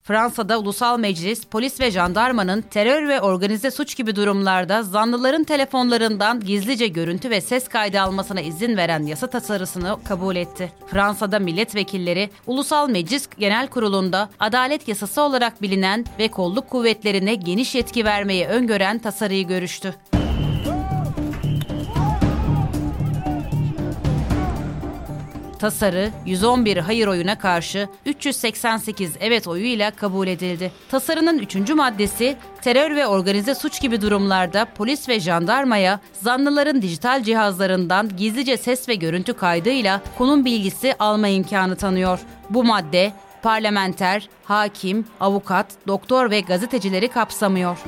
Fransa'da Ulusal Meclis, polis ve jandarmanın terör ve organize suç gibi durumlarda zanlıların telefonlarından gizlice görüntü ve ses kaydı almasına izin veren yasa tasarısını kabul etti. Fransa'da milletvekilleri Ulusal Meclis Genel Kurulu'nda adalet yasası olarak bilinen ve kolluk kuvvetlerine geniş yetki vermeyi öngören tasarıyı görüştü. Tasarı 111 hayır oyuna karşı 388 evet oyuyla kabul edildi. Tasarının 3. maddesi terör ve organize suç gibi durumlarda polis ve jandarmaya zanlıların dijital cihazlarından gizlice ses ve görüntü kaydıyla konum bilgisi alma imkanı tanıyor. Bu madde parlamenter, hakim, avukat, doktor ve gazetecileri kapsamıyor.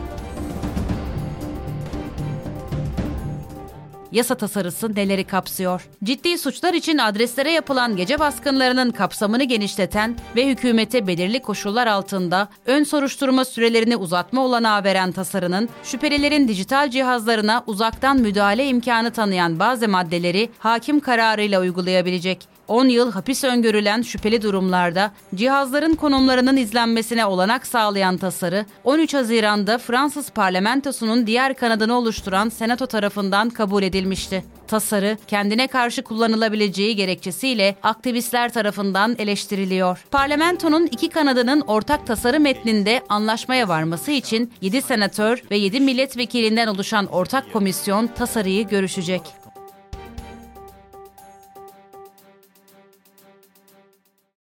Yasa tasarısı neleri kapsıyor? Ciddi suçlar için adreslere yapılan gece baskınlarının kapsamını genişleten ve hükümete belirli koşullar altında ön soruşturma sürelerini uzatma olanağı veren tasarının şüphelilerin dijital cihazlarına uzaktan müdahale imkanı tanıyan bazı maddeleri hakim kararıyla uygulayabilecek. 10 yıl hapis öngörülen şüpheli durumlarda cihazların konumlarının izlenmesine olanak sağlayan tasarı 13 Haziran'da Fransız parlamentosunun diğer kanadını oluşturan Senato tarafından kabul edilmişti. Tasarı kendine karşı kullanılabileceği gerekçesiyle aktivistler tarafından eleştiriliyor. Parlamentonun iki kanadının ortak tasarı metninde anlaşmaya varması için 7 senatör ve 7 milletvekilinden oluşan ortak komisyon tasarıyı görüşecek.